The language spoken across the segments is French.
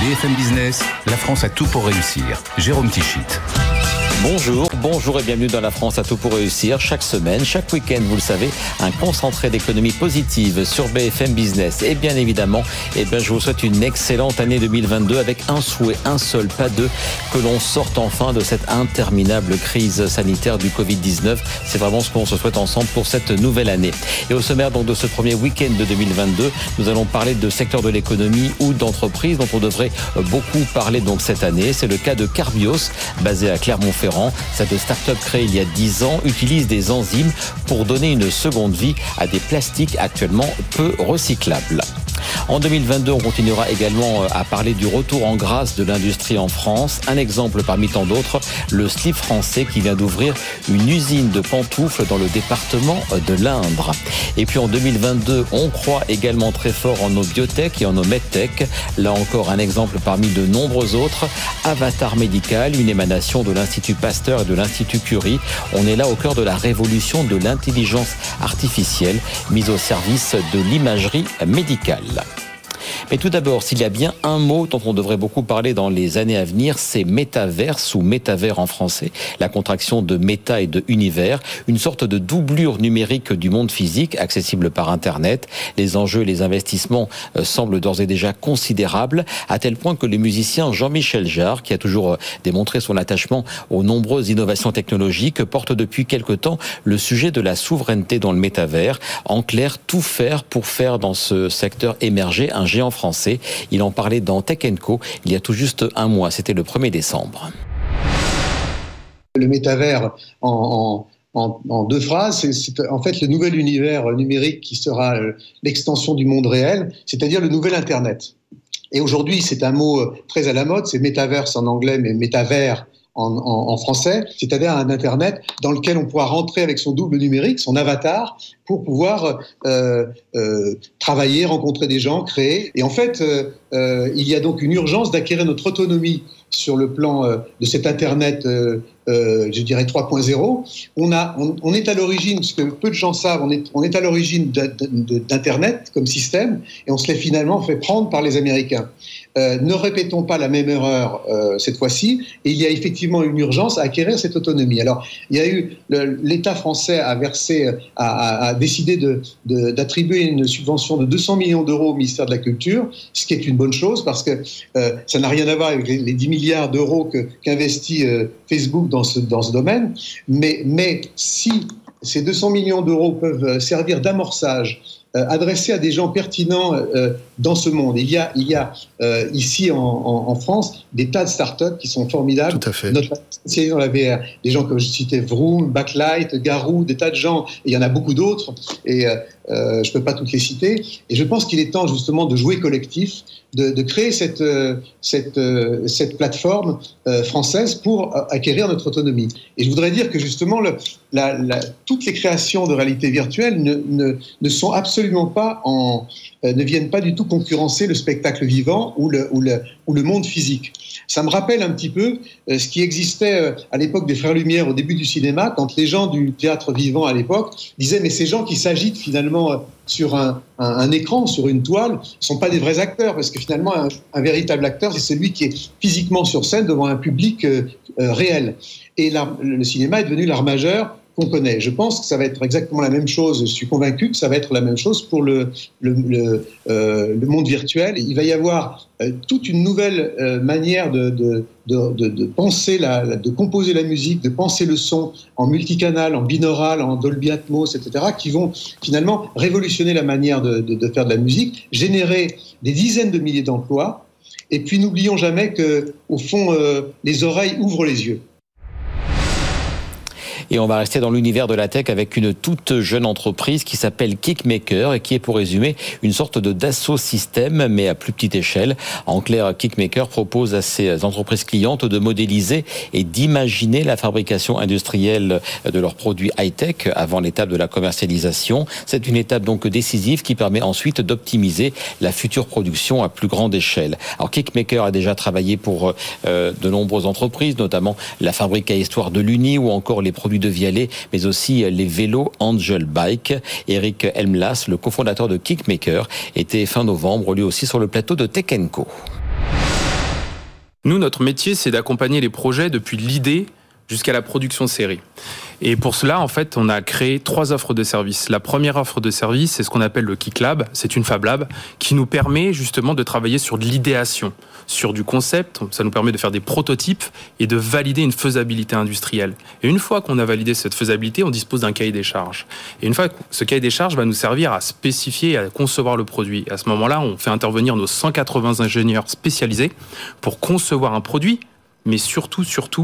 BFM Business, la France a tout pour réussir. Jérôme Tichit. Bonjour et bienvenue dans La France a tout pour réussir. Chaque semaine, chaque week-end, vous le savez, un concentré d'économie positive sur BFM Business. Et bien évidemment, je vous souhaite une excellente année 2022 avec un souhait, un seul, pas deux, que l'on sorte enfin de cette interminable crise sanitaire du Covid-19. C'est vraiment ce qu'on se souhaite ensemble pour cette nouvelle année. Et au sommaire donc de ce premier week-end de 2022, nous allons parler de secteur de l'économie ou d'entreprise dont on devrait beaucoup parler donc cette année. C'est le cas de Carbios, basé à Clermont-Ferrand. Cette start-up créée il y a 10 ans utilise des enzymes pour donner une seconde vie à des plastiques actuellement peu recyclables. En 2022, on continuera également à parler du retour en grâce de l'industrie en France. Un exemple parmi tant d'autres, le slip français qui vient d'ouvrir une usine de pantoufles dans le département de l'Indre. Et puis en 2022, on croit également très fort en nos biotech et en nos medtech. Là encore, un exemple parmi de nombreux autres. Avatar Médical, une émanation de l'Institut Pasteur et de l'Institut Curie. On est là au cœur de la révolution de l'intelligence artificielle mise au service de l'imagerie médicale. Mais tout d'abord, s'il y a bien un mot dont on devrait beaucoup parler dans les années à venir, c'est métaverse ou métavers en français, la contraction de méta et de univers, une sorte de doublure numérique du monde physique accessible par Internet. Les enjeux et les investissements semblent d'ores et déjà considérables, à tel point que le musicien Jean-Michel Jarre, qui a toujours démontré son attachement aux nombreuses innovations technologiques, porte depuis quelque temps le sujet de la souveraineté dans le métavers. En clair, tout faire pour faire dans ce secteur émerger un géant français. Il en parlait dans Tech & Co il y a tout juste un mois, c'était le 1er décembre. Le métavers en deux phrases, c'est en fait le nouvel univers numérique qui sera l'extension du monde réel, c'est-à-dire le nouvel Internet. Et aujourd'hui, c'est un mot très à la mode, c'est metaverse en anglais, mais métavers en français, c'est-à-dire un Internet dans lequel on pourra rentrer avec son double numérique, son avatar, pour pouvoir travailler, rencontrer des gens, créer. Et en fait, il y a donc une urgence d'acquérir notre autonomie sur le plan de cet Internet, je dirais 3.0. On est à l'origine, ce que peu de gens savent, on est à l'origine d'Internet comme système, et on se l'est finalement fait prendre par les Américains. Ne répétons pas la même erreur cette fois-ci, et il y a effectivement une urgence à acquérir cette autonomie. Alors, il y a eu l'État français a décidé d'attribuer une subvention de 200 millions d'euros au ministère de la Culture, ce qui est une bonne chose parce que ça n'a rien à voir avec les 10 milliards d'euros qu'investit Facebook dans ce domaine. Mais si ces 200 millions d'euros peuvent servir d'amorçage adressé à des gens pertinents dans ce monde. Il y a ici en France des tas de startups qui sont formidables. Tout à fait. Notamment spécialisées dans la VR. Des gens comme je citais Vroom, Backlight, Garou, des tas de gens. Et il y en a beaucoup d'autres. Et je ne peux pas toutes les citer. Et je pense qu'il est temps justement de jouer collectif, de créer cette plateforme française pour acquérir notre autonomie. Et je voudrais dire que justement toutes les créations de réalité virtuelle ne sont absolument pas ne viennent pas du tout concurrencer le spectacle vivant ou le monde physique. Ça me rappelle un petit peu ce qui existait à l'époque des Frères Lumière, au début du cinéma, quand les gens du théâtre vivant à l'époque disaient mais ces gens qui s'agitent finalement sur un écran, sur une toile, ne sont pas des vrais acteurs, parce que finalement un véritable acteur, c'est celui qui est physiquement sur scène devant un public réel. Et le cinéma est devenu l'art majeur qu'on connaît. Je pense que ça va être exactement la même chose. Je suis convaincu que ça va être la même chose pour le monde virtuel. Il va y avoir toute une nouvelle manière de penser, de composer la musique, de penser le son en multicanal, en binaural, en Dolby Atmos, etc., qui vont finalement révolutionner la manière de faire de la musique, générer des dizaines de milliers d'emplois. Et puis n'oublions jamais que, au fond, les oreilles ouvrent les yeux. Et on va rester dans l'univers de la tech avec une toute jeune entreprise qui s'appelle Kickmaker et qui est, pour résumer, une sorte de Dassault Systèmes, mais à plus petite échelle. En clair, Kickmaker propose à ses entreprises clientes de modéliser et d'imaginer la fabrication industrielle de leurs produits high-tech avant l'étape de la commercialisation. C'est une étape donc décisive qui permet ensuite d'optimiser la future production à plus grande échelle. Alors Kickmaker a déjà travaillé pour de nombreuses entreprises, notamment la fabrique à histoire de l'Uni ou encore les produits de Vialet, mais aussi les vélos Angel Bike. Eric Elmlas, le cofondateur de Kickmaker, était fin novembre lui aussi sur le plateau de Tech & Co. Nous, notre métier, c'est d'accompagner les projets depuis l'idée jusqu'à la production de série. Et pour cela, en fait, on a créé 3 offres de services. La première offre de service, c'est ce qu'on appelle le Kick Lab. C'est une Fab Lab qui nous permet justement de travailler sur de l'idéation, sur du concept. Ça nous permet de faire des prototypes et de valider une faisabilité industrielle. Et une fois qu'on a validé cette faisabilité, on dispose d'un cahier des charges. Et une fois que ce cahier des charges va nous servir à spécifier et à concevoir le produit. Et à ce moment-là, on fait intervenir nos 180 ingénieurs spécialisés pour concevoir un produit, mais surtout,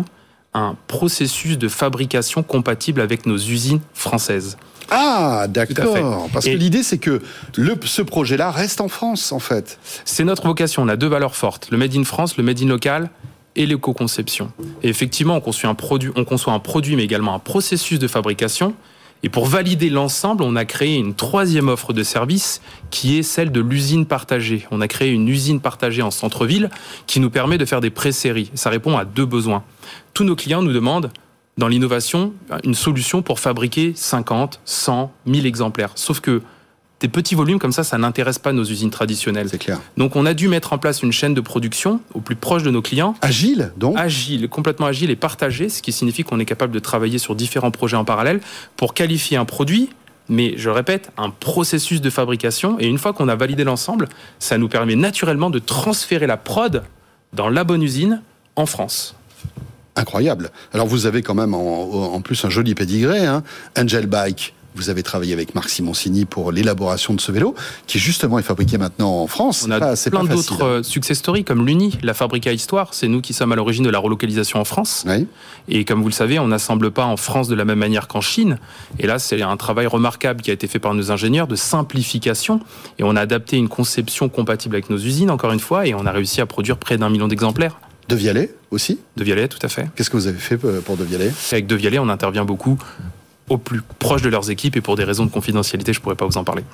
un processus de fabrication compatible avec nos usines françaises. Ah, d'accord. Parce que l'idée, c'est que ce projet-là reste en France, en fait. C'est notre vocation. On a 2 valeurs fortes. Le Made in France, le Made in local et l'éco-conception. Et effectivement, on conçoit un produit, mais également un processus de fabrication. Et pour valider l'ensemble, on a créé une 3e offre de service qui est celle de l'usine partagée. On a créé une usine partagée en centre-ville qui nous permet de faire des pré-séries. Ça répond à 2 besoins. Tous nos clients nous demandent, dans l'innovation, une solution pour fabriquer 50, 100, 1000 exemplaires. Sauf que des petits volumes comme ça n'intéresse pas nos usines traditionnelles. C'est clair. Donc on a dû mettre en place une chaîne de production au plus proche de nos clients. Agile, donc ? Agile, complètement agile et partagée, ce qui signifie qu'on est capable de travailler sur différents projets en parallèle pour qualifier un produit, mais je répète, un processus de fabrication. Et une fois qu'on a validé l'ensemble, ça nous permet naturellement de transférer la prod dans la bonne usine en France. Incroyable. Alors vous avez quand même en plus un joli pédigré, hein. Angel Bike. Vous avez travaillé avec Marc Simoncini pour l'élaboration de ce vélo, qui justement est fabriqué maintenant en France. On a plein d'autres success stories, comme l'Uni, la fabrique à histoire. C'est nous qui sommes à l'origine de la relocalisation en France. Oui. Et comme vous le savez, on n'assemble pas en France de la même manière qu'en Chine. Et là, c'est un travail remarquable qui a été fait par nos ingénieurs de simplification. Et on a adapté une conception compatible avec nos usines, encore une fois, et on a réussi à produire près d'1 million d'exemplaires. De Vialet aussi ? De Vialet, tout à fait. Qu'est-ce que vous avez fait pour De Vialet ? Avec De Vialet, on intervient beaucoup au plus proche de leurs équipes et pour des raisons de confidentialité, je ne pourrais pas vous en parler.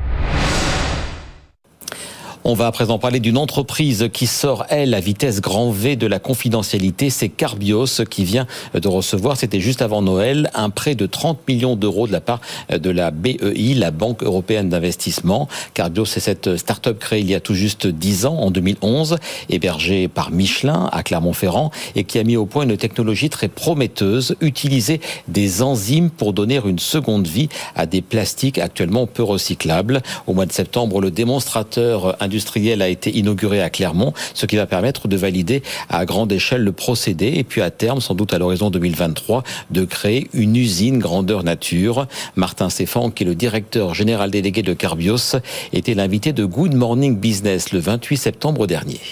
On va à présent parler d'une entreprise qui sort, elle, à vitesse grand V de la confidentialité. C'est Carbios qui vient de recevoir, c'était juste avant Noël, un prêt de 30 millions d'euros de la part de la BEI, la Banque Européenne d'Investissement. Carbios, c'est cette start-up créée il y a tout juste 10 ans, en 2011, hébergée par Michelin à Clermont-Ferrand et qui a mis au point une technologie très prometteuse, utiliser des enzymes pour donner une seconde vie à des plastiques actuellement peu recyclables. Au mois de septembre, le démonstrateur industriel a été inauguré à Clermont, ce qui va permettre de valider à grande échelle le procédé et puis à terme, sans doute à l'horizon 2023, de créer une usine grandeur nature. Martin Stéphane, qui est le directeur général délégué de Carbios, était l'invité de Good Morning Business le 28 septembre dernier.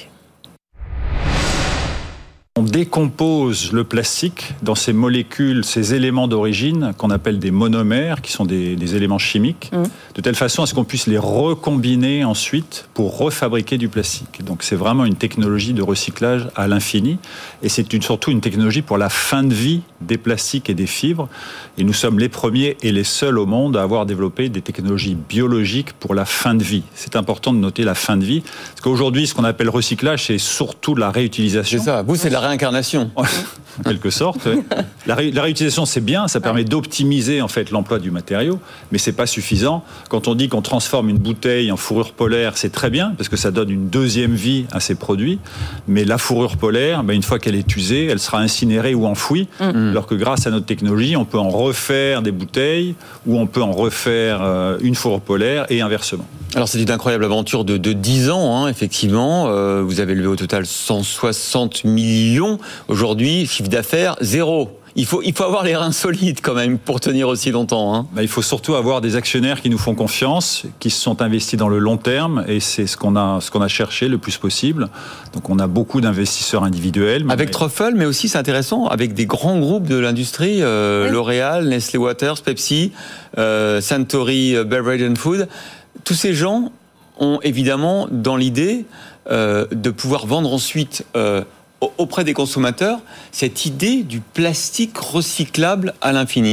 On décompose le plastique dans ces molécules, ces éléments d'origine qu'on appelle des monomères, qui sont des éléments chimiques, de telle façon à ce qu'on puisse les recombiner ensuite pour refabriquer du plastique. Donc c'est vraiment une technologie de recyclage à l'infini et c'est surtout une technologie pour la fin de vie des plastiques et des fibres. Et nous sommes les premiers et les seuls au monde à avoir développé des technologies biologiques pour la fin de vie. C'est important de noter la fin de vie, parce qu'aujourd'hui, ce qu'on appelle recyclage, c'est surtout la réutilisation. C'est ça, vous, c'est la réincarnation. En quelque sorte. Oui. La réutilisation, c'est bien, ça permet d'optimiser en fait l'emploi du matériau, mais c'est pas suffisant. Quand on dit qu'on transforme une bouteille en fourrure polaire, c'est très bien, parce que ça donne une deuxième vie à ces produits, mais la fourrure polaire, une fois qu'elle est usée, elle sera incinérée ou enfouie, alors que grâce à notre technologie, on peut en refaire des bouteilles, ou on peut en refaire une fourrure polaire, et inversement. Alors c'est une incroyable aventure de 10 ans, effectivement. Vous avez levé au total 160 millions. Aujourd'hui, chiffre d'affaires, 0. Il faut avoir les reins solides quand même pour tenir aussi longtemps. Il faut surtout avoir des actionnaires qui nous font confiance, qui se sont investis dans le long terme, et c'est ce qu'on a cherché le plus possible. Donc on a beaucoup d'investisseurs individuels. Avec Truffle, mais aussi c'est intéressant, avec des grands groupes de l'industrie, L'Oréal, Nestlé Waters, Pepsi, Suntory Beverage and Food. Tous ces gens ont évidemment dans l'idée de pouvoir vendre ensuite auprès des consommateurs cette idée du plastique recyclable à l'infini.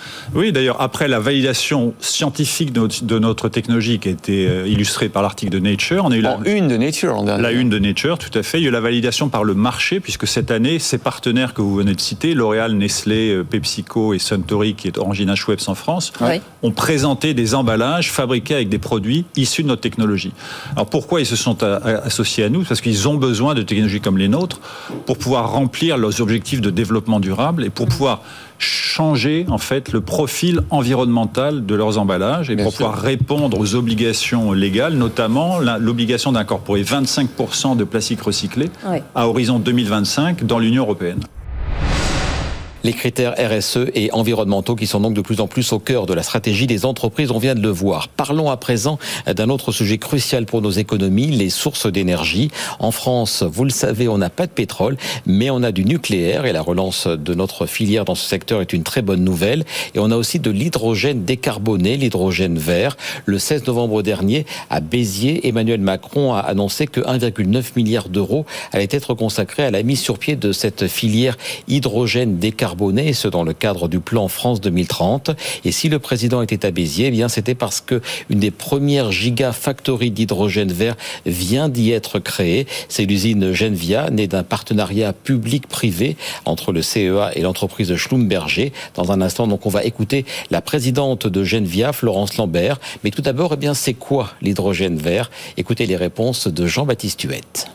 Oui, d'ailleurs, après la validation scientifique de notre technologie qui a été illustrée par l'article de Nature, on a eu une de Nature, la une de Nature, tout à fait. Il y a eu la validation par le marché, puisque cette année, ces partenaires que vous venez de citer, L'Oréal, Nestlé, PepsiCo et Suntory, qui est Orangina Schweppes en France, ont présenté des emballages fabriqués avec des produits issus de notre technologie. Alors pourquoi ils se sont associés à nous ? Parce qu'ils ont besoin de technologies comme les nôtres pour pouvoir remplir leurs objectifs de développement durable et pour pouvoir changer en fait le profil environnemental de leurs emballages et pour pouvoir répondre aux obligations légales, notamment l'obligation d'incorporer 25% de plastique recyclé à horizon 2025 dans l'Union européenne. Les critères RSE et environnementaux qui sont donc de plus en plus au cœur de la stratégie des entreprises, on vient de le voir. Parlons à présent d'un autre sujet crucial pour nos économies, les sources d'énergie. En France, vous le savez, on n'a pas de pétrole, mais on a du nucléaire et la relance de notre filière dans ce secteur est une très bonne nouvelle. Et on a aussi de l'hydrogène décarboné, l'hydrogène vert. Le 16 novembre dernier, à Béziers, Emmanuel Macron a annoncé que 1,9 milliard d'euros allaient être consacrés à la mise sur pied de cette filière hydrogène décarboné, et ce dans le cadre du plan France 2030. Et si le président était à Béziers, eh bien c'était parce que une des premières gigafactories d'hydrogène vert vient d'y être créée. C'est l'usine Genvia, née d'un partenariat public-privé entre le CEA et l'entreprise Schlumberger. Dans un instant, donc, on va écouter la présidente de Genvia, Florence Lambert. Mais tout d'abord, eh bien, c'est quoi l'hydrogène vert ? Écoutez les réponses de Jean-Baptiste Huette.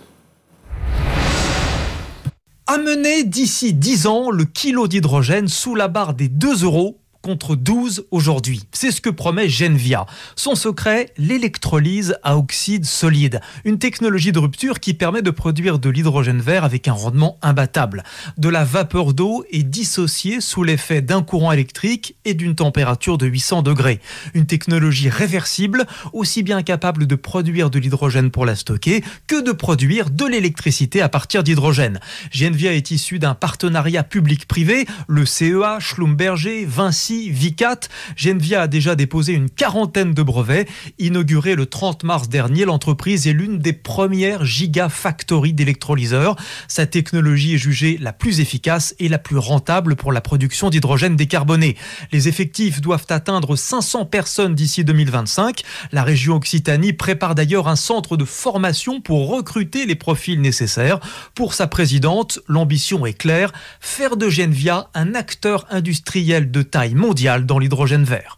Amener d'ici 10 ans le kilo d'hydrogène sous la barre des 2 € contre 12 aujourd'hui. C'est ce que promet Genvia. Son secret, l'électrolyse à oxyde solide. Une technologie de rupture qui permet de produire de l'hydrogène vert avec un rendement imbattable. De la vapeur d'eau est dissociée sous l'effet d'un courant électrique et d'une température de 800 degrés. Une technologie réversible, aussi bien capable de produire de l'hydrogène pour la stocker que de produire de l'électricité à partir d'hydrogène. Genvia est issu d'un partenariat public-privé, le CEA, Schlumberger, Vinci, Vicat. Genvia a déjà déposé une 40aine de brevets. Inaugurée le 30 mars dernier, l'entreprise est l'une des premières gigafactories d'électrolyseurs. Sa technologie est jugée la plus efficace et la plus rentable pour la production d'hydrogène décarboné. Les effectifs doivent atteindre 500 personnes d'ici 2025. La région Occitanie prépare d'ailleurs un centre de formation pour recruter les profils nécessaires. Pour sa présidente, l'ambition est claire, faire de Genvia un acteur industriel de taille mondiale dans l'hydrogène vert.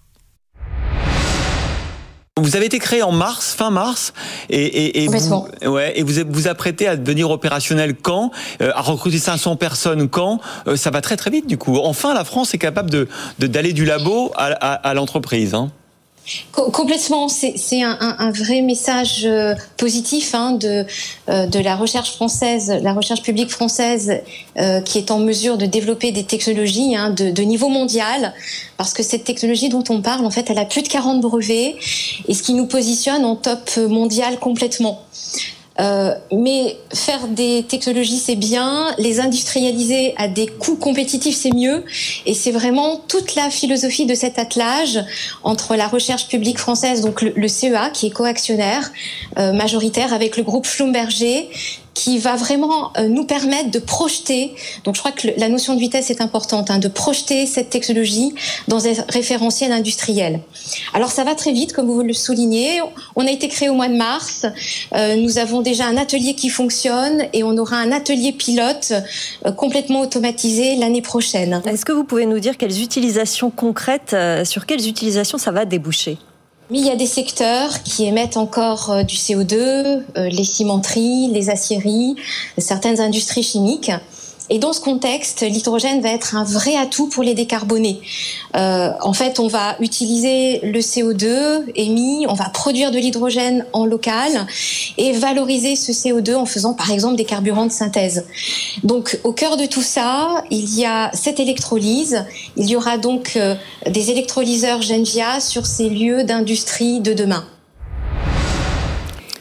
Vous avez été créé en mars, fin mars, et vous vous apprêtez à devenir opérationnel quand, à recruter 500 personnes quand, ça va très très vite du coup. Enfin, la France est capable d'aller du labo à l'entreprise. Hein. Complètement, c'est un vrai message positif de la recherche française, la recherche publique française qui est en mesure de développer des technologies de niveau mondial, parce que cette technologie dont on parle, en fait, elle a plus de 40 brevets, et ce qui nous positionne en top mondial complètement. Mais faire des technologies, c'est bien, les industrialiser à des coûts compétitifs, c'est mieux, et c'est vraiment toute la philosophie de cet attelage entre la recherche publique française, donc le CEA qui est coactionnaire majoritaire avec le groupe Schlumberger, qui va vraiment nous permettre de projeter, donc je crois que la notion de vitesse est importante, de projeter cette technologie dans un référentiel industriel. Alors ça va très vite, comme vous le soulignez, on a été créé au mois de mars, nous avons déjà un atelier qui fonctionne et on aura un atelier pilote complètement automatisé l'année prochaine. Est-ce que vous pouvez nous dire quelles utilisations concrètes, sur quelles utilisations ça va déboucher ? Mais il y a des secteurs qui émettent encore du CO2, les cimenteries, les aciéries, certaines industries chimiques. Et dans ce contexte, l'hydrogène va être un vrai atout pour les décarboner. En fait, on va utiliser le CO2 émis, on va produire de l'hydrogène en local et valoriser ce CO2 en faisant par exemple des carburants de synthèse. Donc au cœur de tout ça, il y a cette électrolyse. Il y aura donc des électrolyseurs Genvia sur ces lieux d'industrie de demain.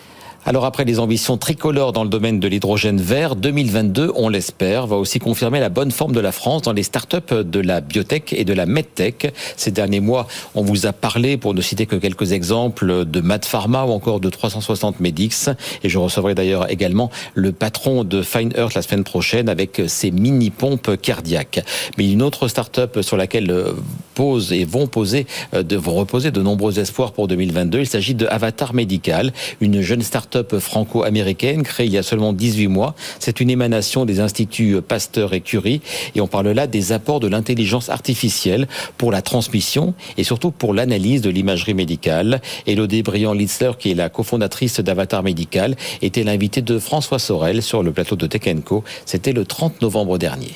Alors après les ambitions tricolores dans le domaine de l'hydrogène vert, 2022, on l'espère, va aussi confirmer la bonne forme de la France dans les startups de la biotech et de la medtech. Ces derniers mois, on vous a parlé, pour ne citer que quelques exemples, de Mad Pharma ou encore de 360 Medix. Et je recevrai d'ailleurs également le patron de Fine Earth la semaine prochaine avec ses mini-pompes cardiaques. Mais une autre startup sur laquelle vont reposer de nombreux espoirs pour 2022, il s'agit de Avatar Medical, une jeune startup franco-américaine créée il y a seulement 18 mois. C'est une émanation des instituts Pasteur et Curie et on parle là des apports de l'intelligence artificielle pour la transmission et surtout pour l'analyse de l'imagerie médicale. Élodie Briand-Litzler, qui est la cofondatrice d'Avatar Medical, était l'invitée de François Sorel sur le plateau de Tech & Co. C'était le 30 novembre dernier.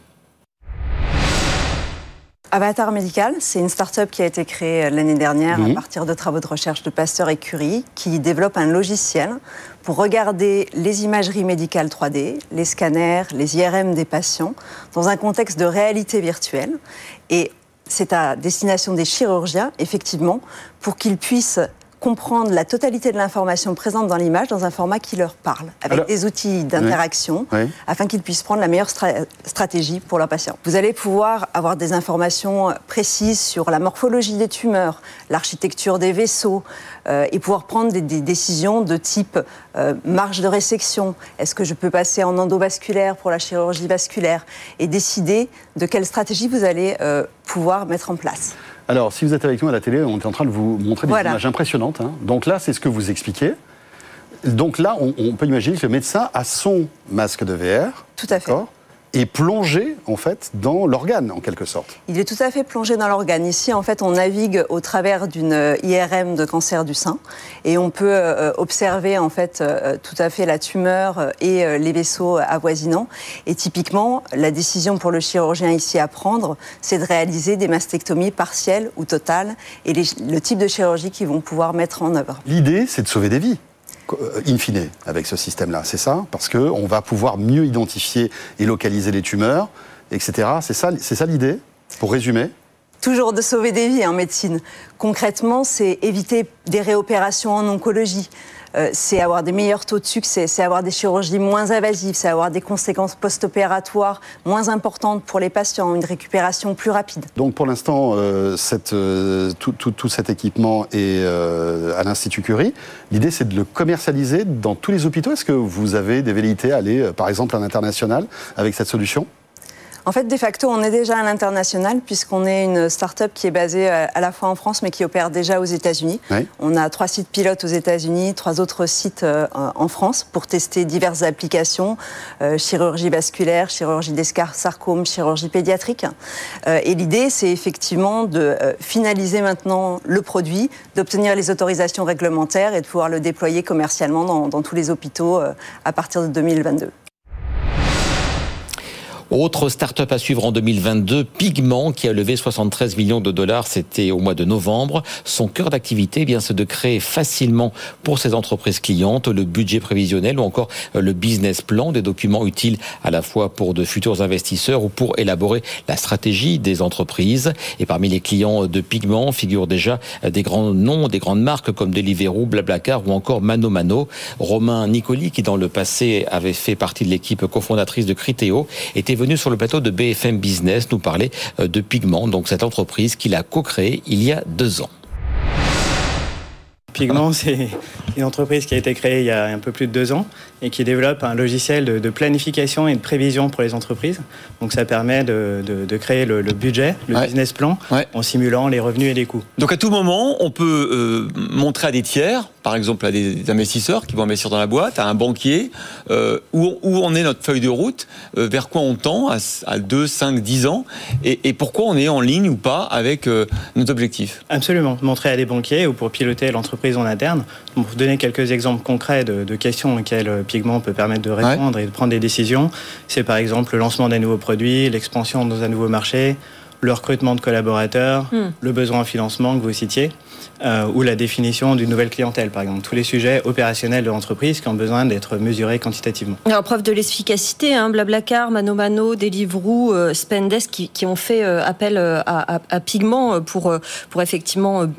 Avatar Medical, c'est une start-up qui a été créée l'année dernière à partir de travaux de recherche de Pasteur et Curie, qui développe un logiciel pour regarder les imageries médicales 3D, les scanners, les IRM des patients, dans un contexte de réalité virtuelle. Et c'est à destination des chirurgiens, effectivement, pour qu'ils puissent comprendre la totalité de l'information présente dans l'image dans un format qui leur parle, avec des outils d'interaction, afin qu'ils puissent prendre la meilleure stratégie pour leurs patients. Vous allez pouvoir avoir des informations précises sur la morphologie des tumeurs, l'architecture des vaisseaux, et pouvoir prendre des décisions de type marge de résection, est-ce que je peux passer en endovasculaire pour la chirurgie vasculaire, et décider de quelle stratégie vous allez pouvoir mettre en place. Alors, si vous êtes avec nous à la télé, on est en train de vous montrer des images impressionnantes. Donc là, c'est ce que vous expliquez. Donc là, on peut imaginer que le médecin a son masque de VR. Tout à fait. Et plongé, en fait, dans l'organe, en quelque sorte. Il est tout à fait plongé dans l'organe. Ici, en fait, on navigue au travers d'une IRM de cancer du sein et on peut observer, en fait, tout à fait la tumeur et les vaisseaux avoisinants. Et typiquement, la décision pour le chirurgien ici à prendre, c'est de réaliser des mastectomies partielles ou totales et le type de chirurgie qu'ils vont pouvoir mettre en œuvre. L'idée, c'est de sauver des vies. In fine, avec ce système-là, c'est ça? Parce qu'on va pouvoir mieux identifier et localiser les tumeurs, etc. C'est ça l'idée, pour résumer? Toujours de sauver des vies en médecine. Concrètement, c'est éviter des réopérations en oncologie. C'est avoir des meilleurs taux de succès, c'est avoir des chirurgies moins invasives, c'est avoir des conséquences post-opératoires moins importantes pour les patients, une récupération plus rapide. Donc pour l'instant, tout cet équipement est à l'Institut Curie. L'idée, c'est de le commercialiser dans tous les hôpitaux. Est-ce que vous avez des velléités à aller, par exemple, à l'international avec cette solution ? En fait, de facto, on est déjà à l'international puisqu'on est une start-up qui est basée à la fois en France mais qui opère déjà aux États-Unis. Oui. On a 3 sites pilotes aux États-Unis, 3 autres sites en France pour tester diverses applications, chirurgie vasculaire, chirurgie des sarcomes, chirurgie pédiatrique. Et l'idée, c'est effectivement de finaliser maintenant le produit, d'obtenir les autorisations réglementaires et de pouvoir le déployer commercialement dans tous les hôpitaux à partir de 2022. Autre start-up à suivre en 2022, Pigment, qui a levé 73 millions de dollars, c'était au mois de novembre. Son cœur d'activité, c'est de créer facilement pour ses entreprises clientes le budget prévisionnel ou encore le business plan, des documents utiles à la fois pour de futurs investisseurs ou pour élaborer la stratégie des entreprises. Et parmi les clients de Pigment figurent déjà des grands noms, des grandes marques comme Deliveroo, Blablacar ou encore Mano Mano. Romain Nicoli, qui dans le passé avait fait partie de l'équipe cofondatrice de Criteo, était venu sur le plateau de BFM Business nous parler de Pigment, donc cette entreprise qu'il a co-créée il y a 2 ans. Pigment, c'est une entreprise qui a été créée il y a un peu plus de 2 ans et qui développe un logiciel de planification et de prévision pour les entreprises. Donc ça permet de créer le budget, le business plan, en simulant les revenus et les coûts. Donc à tout moment, on peut montrer à des tiers, par exemple à des investisseurs qui vont investir dans la boîte, à un banquier, où on est notre feuille de route, vers quoi on tend à 2, 5, 10 ans, et pourquoi on est en ligne ou pas avec nos objectifs. Absolument. Montrer à des banquiers ou pour piloter l'entreprise en interne. Pour vous donner quelques exemples concrets de questions auxquelles Pigment peut permettre de répondre et de prendre des décisions, c'est par exemple le lancement d'un nouveau produit, l'expansion dans un nouveau marché, le recrutement de collaborateurs, le besoin en financement que vous citiez, ou la définition d'une nouvelle clientèle, par exemple. Tous les sujets opérationnels de l'entreprise qui ont besoin d'être mesurés quantitativement. Alors, preuve de l'efficacité, Blablacar, Mano Mano, Deliveroo, Spendesk qui ont fait appel à Pigment pour effectivement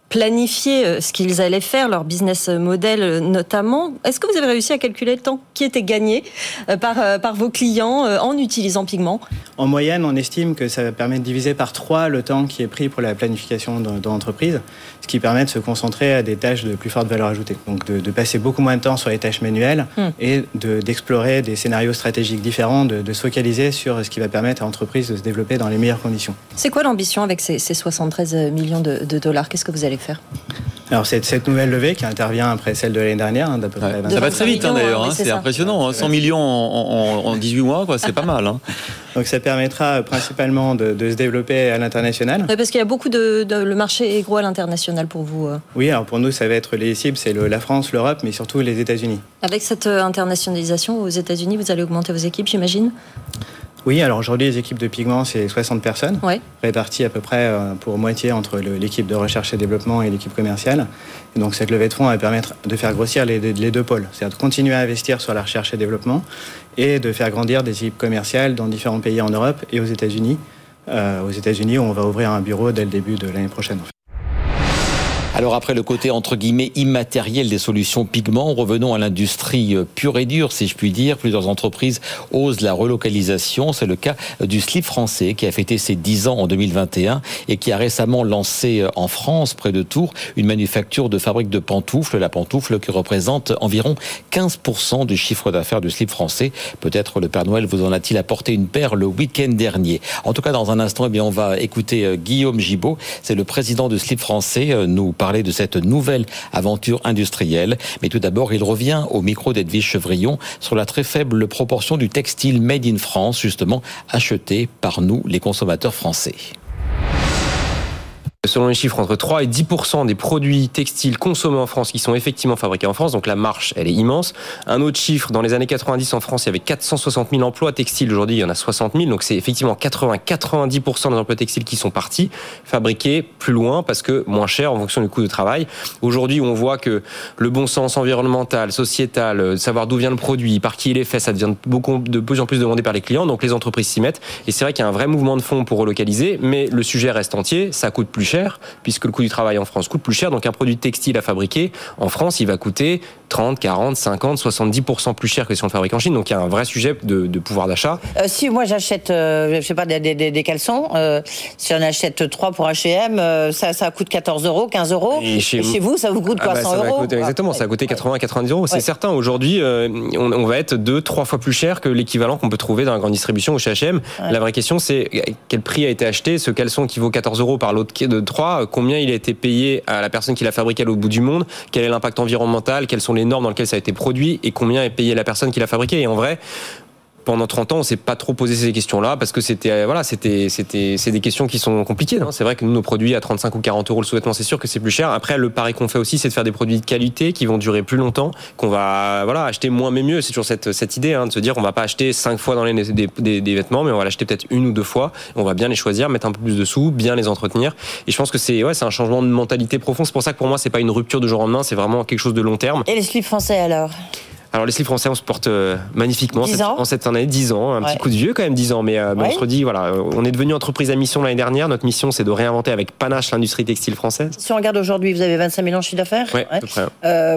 planifié ce qu'ils allaient faire, leur business model notamment. Est-ce que vous avez réussi à calculer le temps qui était gagné par vos clients en utilisant Pigment ? En moyenne, on estime que ça permet de diviser par 3 le temps qui est pris pour la planification de l'entreprise, ce qui permet de se concentrer à des tâches de plus forte valeur ajoutée. Donc de passer beaucoup moins de temps sur les tâches manuelles et d'explorer des scénarios stratégiques différents, de se focaliser sur ce qui va permettre à l'entreprise de se développer dans les meilleures conditions. C'est quoi l'ambition avec ces 73 millions de dollars ? Qu'est-ce que vous allez faire ? Alors cette nouvelle levée qui intervient après celle de l'année dernière, d'à peu près 20 ça va très vite d'ailleurs, c'est impressionnant. 100 millions en 18 mois, c'est pas mal. Donc ça permettra principalement de se développer à l'international. Oui, parce qu'il y a beaucoup le marché est gros à l'international pour vous. Oui, alors pour nous, ça va être les cibles, c'est la France, l'Europe, mais surtout les États-Unis. Avec cette internationalisation aux États-Unis, vous allez augmenter vos équipes, j'imagine ? Oui, alors aujourd'hui, les équipes de Pigment, c'est 60 personnes, réparties à peu près pour moitié entre l'équipe de recherche et développement et l'équipe commerciale. Et donc cette levée de fonds va permettre de faire grossir les deux pôles, c'est-à-dire de continuer à investir sur la recherche et développement et de faire grandir des équipes commerciales dans différents pays en Europe et aux États-Unis. Aux États-Unis, on va ouvrir un bureau dès le début de l'année prochaine. Alors après le côté entre guillemets immatériel des solutions Pigment, revenons à l'industrie pure et dure, si je puis dire. Plusieurs entreprises osent la relocalisation. C'est le cas du slip français qui a fêté ses 10 ans en 2021 et qui a récemment lancé en France, près de Tours, une manufacture de fabrique de pantoufles. La pantoufle qui représente environ 15% du chiffre d'affaires du slip français. Peut-être le Père Noël vous en a-t-il apporté une paire le week-end dernier. En tout cas, dans un instant, on va écouter Guillaume Gibaud. C'est le président du slip français. Nous parler de cette nouvelle aventure industrielle. Mais tout d'abord, il revient au micro d'Edwige Chevrillon sur la très faible proportion du textile made in France, justement acheté par nous, les consommateurs français. Selon les chiffres, entre 3 et 10% des produits textiles consommés en France qui sont effectivement fabriqués en France, donc la marche, elle est immense. Un autre chiffre, dans les années 90 en France, il y avait 460 000 emplois textiles, aujourd'hui il y en a 60 000, donc c'est effectivement 80-90% des emplois textiles qui sont partis, fabriqués plus loin parce que moins cher en fonction du coût de travail. Aujourd'hui, on voit que le bon sens environnemental, sociétal, savoir d'où vient le produit, par qui il est fait, ça devient de plus en plus demandé par les clients, donc les entreprises s'y mettent. Et c'est vrai qu'il y a un vrai mouvement de fond pour relocaliser, mais le sujet reste entier, ça coûte plus cher, puisque le coût du travail en France coûte plus cher. Donc un produit textile à fabriquer en France, il va coûter 30, 40, 50, 70% plus cher que si on le fabrique en Chine. Donc il y a un vrai sujet de pouvoir d'achat. Si moi j'achète, je sais pas, des caleçons, si on achète 3 pour H&M, ça coûte 14 €, 15 €. Et chez vous, ça vous coûte quoi, 100 €? Exactement, ça va coûter 80, 90 €. C'est certain, aujourd'hui, on va être 2-3 fois plus cher que l'équivalent qu'on peut trouver dans la grande distribution ou chez H&M. La vraie question, c'est quel prix a été acheté, ce caleçon qui vaut 14 € par l'autre de 3, combien il a été payé à la personne qui l'a fabriqué à l'autre bout du monde, quel est l'impact environnemental, quelles sont les normes dans lesquelles ça a été produit et combien est payé la personne qui l'a fabriqué. Et en vrai, pendant 30 ans, on s'est pas trop posé ces questions-là parce que c'est des questions qui sont compliquées. C'est vrai que nous, nos produits à 35 ou 40 € le sous-vêtement, c'est sûr que c'est plus cher. Après, le pari qu'on fait aussi, c'est de faire des produits de qualité qui vont durer plus longtemps, qu'on va acheter moins mais mieux. C'est toujours cette idée de se dire, on va pas acheter 5 fois dans l'année des vêtements, mais on va l'acheter peut-être 1 ou 2 fois. On va bien les choisir, mettre un peu plus de sous, bien les entretenir. Et je pense que c'est un changement de mentalité profond. C'est pour ça que pour moi, c'est pas une rupture de jour au lendemain, c'est vraiment quelque chose de long terme. Et les slips français alors ? Alors les slips français, on se porte magnifiquement en cette année, 10 ans, un petit coup de vieux quand même, 10 ans, mais on se redit, on est devenu entreprise à mission l'année dernière, notre mission c'est de réinventer avec panache l'industrie textile française. Si on regarde aujourd'hui, vous avez 25 millions de chiffre d'affaires ? Oui, à peu près.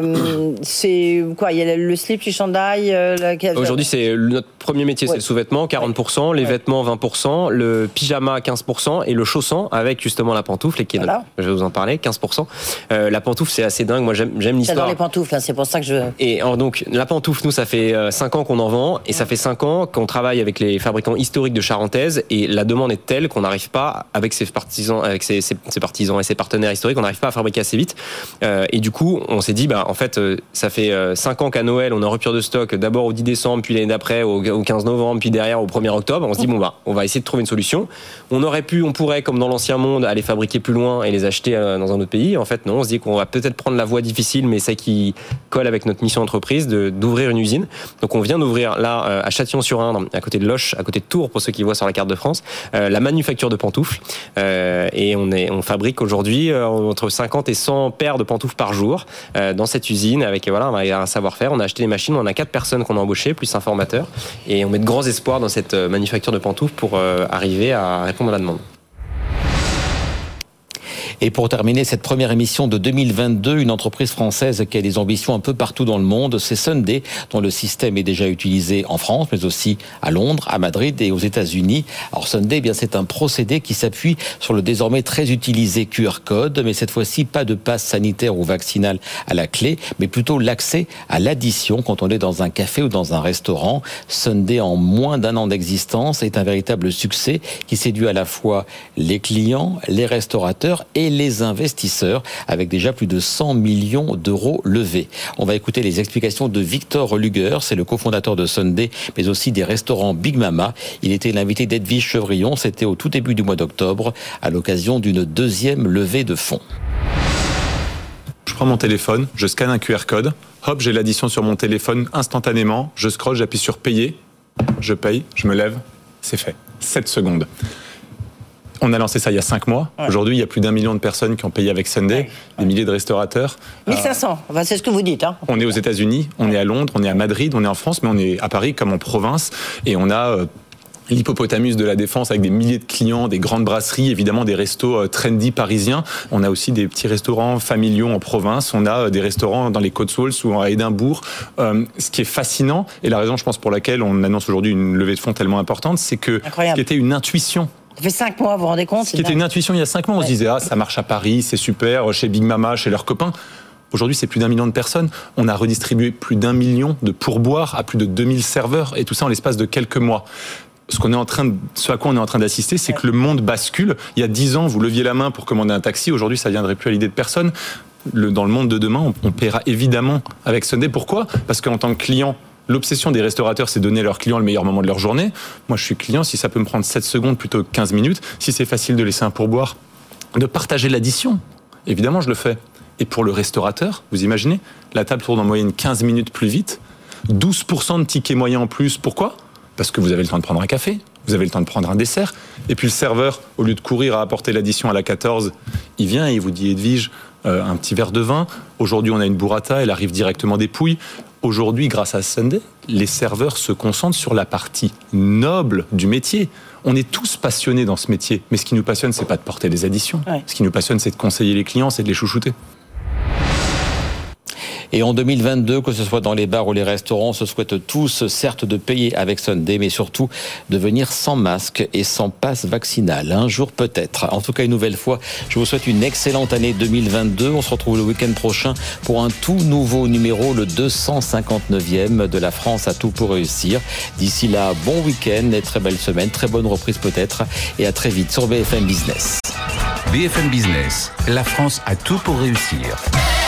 C'est quoi ? Il y a le slip, les chandails Aujourd'hui, c'est notre premier métier, c'est le sous-vêtement, 40%, les vêtements 20%, le pyjama 15% et le chausson avec justement la pantoufle, qui est je vais vous en parler, 15%. La pantoufle, c'est assez dingue, moi j'aime l'histoire. J'adore les pantoufles, c'est pour ça que je... Et donc, la pantoufle, nous, ça fait 5 ans qu'on en vend et ça fait 5 ans qu'on travaille avec les fabricants historiques de Charentaise et la demande est telle qu'on n'arrive pas, avec ses partisans et ses partenaires historiques, on n'arrive pas à fabriquer assez vite. Et du coup, on s'est dit, en fait, ça fait 5 ans qu'à Noël, on est en rupture de stock, d'abord au 10 décembre, puis l'année d'après au 15 novembre, puis derrière au 1er octobre. On se dit, on va essayer de trouver une solution. On pourrait, comme dans l'ancien monde, aller fabriquer plus loin et les acheter dans un autre pays. En fait, non, on se dit qu'on va peut-être prendre la voie difficile, mais celle qui colle avec notre mission entreprise, d'ouvrir une usine. Donc on vient d'ouvrir là à Châtillon-sur-Indre, à côté de Loches, à côté de Tours pour ceux qui voient sur la carte de France, la manufacture de pantoufles et on fabrique aujourd'hui entre 50 et 100 paires de pantoufles par jour dans cette usine avec un savoir-faire. On a acheté les machines, on a 4 personnes qu'on a embauchées plus un formateur et on met de grands espoirs dans cette manufacture de pantoufles pour arriver à répondre à la demande. Et pour terminer cette première émission de 2022, une entreprise française qui a des ambitions un peu partout dans le monde, c'est Sunday, dont le système est déjà utilisé en France, mais aussi à Londres, à Madrid et aux États-Unis. Alors Sunday, eh bien, c'est un procédé qui s'appuie sur le désormais très utilisé QR code, mais cette fois-ci, pas de passe sanitaire ou vaccinal à la clé, mais plutôt l'accès à l'addition quand on est dans un café ou dans un restaurant. Sunday, en moins d'1 an d'existence, est un véritable succès qui séduit à la fois les clients, les restaurateurs et les investisseurs, avec déjà plus de 100 millions d'euros levés. On va écouter les explications de Victor Luger, c'est le cofondateur de Sunday, mais aussi des restaurants Big Mama. Il était l'invité d'Edwige Chevrillon, c'était au tout début du mois d'octobre, à l'occasion d'une deuxième levée de fonds. Je prends mon téléphone, je scanne un QR code, hop, j'ai l'addition sur mon téléphone instantanément, je scrolle, j'appuie sur payer, je paye, je me lève, c'est fait. 7 secondes. On a lancé ça il y a 5 mois. Ouais. Aujourd'hui, il y a plus d'1 million de personnes qui ont payé avec Sunday, des milliers de restaurateurs. 1500, enfin, c'est ce que vous dites. Hein. On est aux États-Unis, on est à Londres, on est à Madrid, on est en France, mais on est à Paris comme en province. Et on a l'Hippopotamus de la Défense avec des milliers de clients, des grandes brasseries, évidemment des restos trendy parisiens. On a aussi des petits restaurants familiaux en province. On a des restaurants dans les Cotswolds ou à Édimbourg. Ce qui est fascinant, et la raison, je pense, pour laquelle on annonce aujourd'hui une levée de fonds tellement importante, c'est que ce qui était une intuition. Ça fait 5 mois, vous vous rendez compte? Ce qui était une intuition il y a 5 mois, on se disait, ça marche à Paris, c'est super, chez Big Mama, chez leurs copains. Aujourd'hui, c'est plus d'1 million de personnes. On a redistribué plus d'1 million de pourboires à plus de 2000 serveurs, et tout ça en l'espace de quelques mois. Ce à quoi on est en train d'assister, c'est que le monde bascule. Il y a 10 ans, vous leviez la main pour commander un taxi. Aujourd'hui, ça ne viendrait plus à l'idée de personne. Dans le monde de demain, on paiera évidemment avec Sunday. Pourquoi ? Parce qu'en tant que client, l'obsession des restaurateurs, c'est donner à leurs clients le meilleur moment de leur journée. Moi, je suis client, si ça peut me prendre 7 secondes plutôt que 15 minutes, si c'est facile de laisser un pourboire, de partager l'addition, évidemment, je le fais. Et pour le restaurateur, vous imaginez, la table tourne en moyenne 15 minutes plus vite, 12% de tickets moyens en plus. Pourquoi ? Parce que vous avez le temps de prendre un café, vous avez le temps de prendre un dessert, et puis le serveur, au lieu de courir à apporter l'addition à la 14, il vient et il vous dit, Edwige, un petit verre de vin. Aujourd'hui, on a une burrata, elle arrive directement des Pouilles. Aujourd'hui, grâce à Sunday, les serveurs se concentrent sur la partie noble du métier. On est tous passionnés dans ce métier, mais ce qui nous passionne, c'est pas de porter des additions. Ouais. Ce qui nous passionne, c'est de conseiller les clients, c'est de les chouchouter. Et en 2022, que ce soit dans les bars ou les restaurants, on se souhaite tous, certes, de payer avec Sunday, mais surtout de venir sans masque et sans passe vaccinal. Un jour peut-être. En tout cas, une nouvelle fois, je vous souhaite une excellente année 2022. On se retrouve le week-end prochain pour un tout nouveau numéro, le 259e de La France a tout pour réussir. D'ici là, bon week-end et très belle semaine, très bonne reprise peut-être. Et à très vite sur BFM Business. BFM Business, la France a tout pour réussir.